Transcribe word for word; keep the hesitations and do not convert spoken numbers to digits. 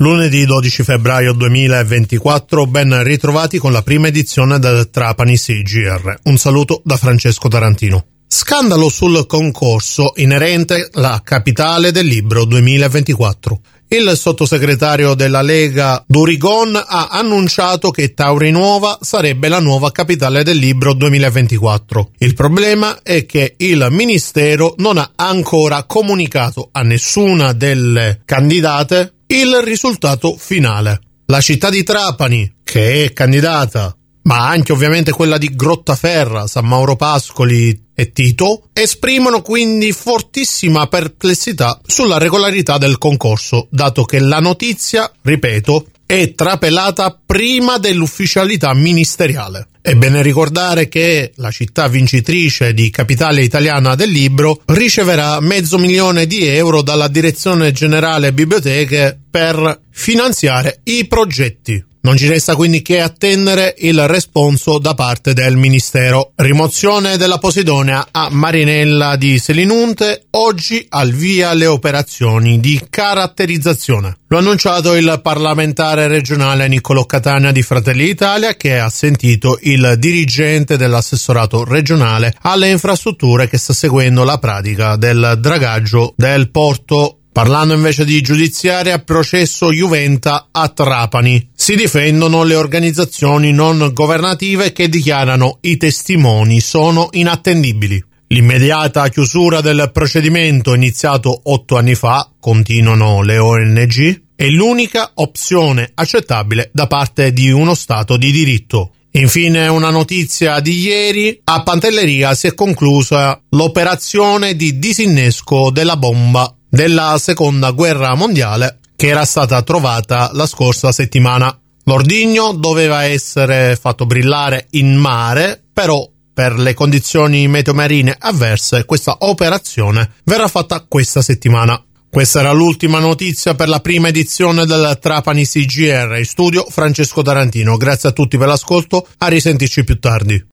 Lunedì dodici febbraio duemilaventiquattro, ben ritrovati con la prima edizione del Trapani C G R. Un saluto da Francesco Tarantino. Scandalo sul concorso inerente alla Capitale del Libro duemilaventiquattro. Il sottosegretario della Lega Durigon ha annunciato che Taurinuova sarebbe la nuova Capitale del Libro duemilaventiquattro. Il problema è che il Ministero non ha ancora comunicato a nessuna delle candidate il risultato finale. La città di Trapani, che è candidata, ma anche ovviamente quella di Grottaferra, San Mauro Pascoli e Tito, esprimono quindi fortissima perplessità sulla regolarità del concorso, dato che la notizia, ripeto, è trapelata prima dell'ufficialità ministeriale. È bene ricordare che la città vincitrice di Capitale Italiana del Libro riceverà mezzo milione di euro dalla Direzione Generale Biblioteche per finanziare i progetti. Non ci resta quindi che attendere il responso da parte del Ministero. Rimozione della Posidonia a Marinella di Selinunte, oggi al via le operazioni di caratterizzazione. Lo ha annunciato il parlamentare regionale Niccolò Catania di Fratelli d'Italia, che ha sentito il dirigente dell'assessorato regionale alle infrastrutture che sta seguendo la pratica del dragaggio del porto. Parlando invece di giudiziaria, processo Juventa a Trapani. Si difendono le organizzazioni non governative che dichiarano i testimoni sono inattendibili. L'immediata chiusura del procedimento iniziato otto anni fa, continuano le O N G, è l'unica opzione accettabile da parte di uno Stato di diritto. Infine una notizia di ieri: a Pantelleria si è conclusa l'operazione di disinnesco della bomba della seconda guerra mondiale che era stata trovata la scorsa settimana. L'ordigno doveva essere fatto brillare in mare, però per le condizioni meteomarine avverse questa operazione verrà fatta questa settimana. Questa era l'ultima notizia per la prima edizione del Trapani C G R. In studio Francesco Tarantino. Grazie a tutti per l'ascolto, a risentirci più tardi.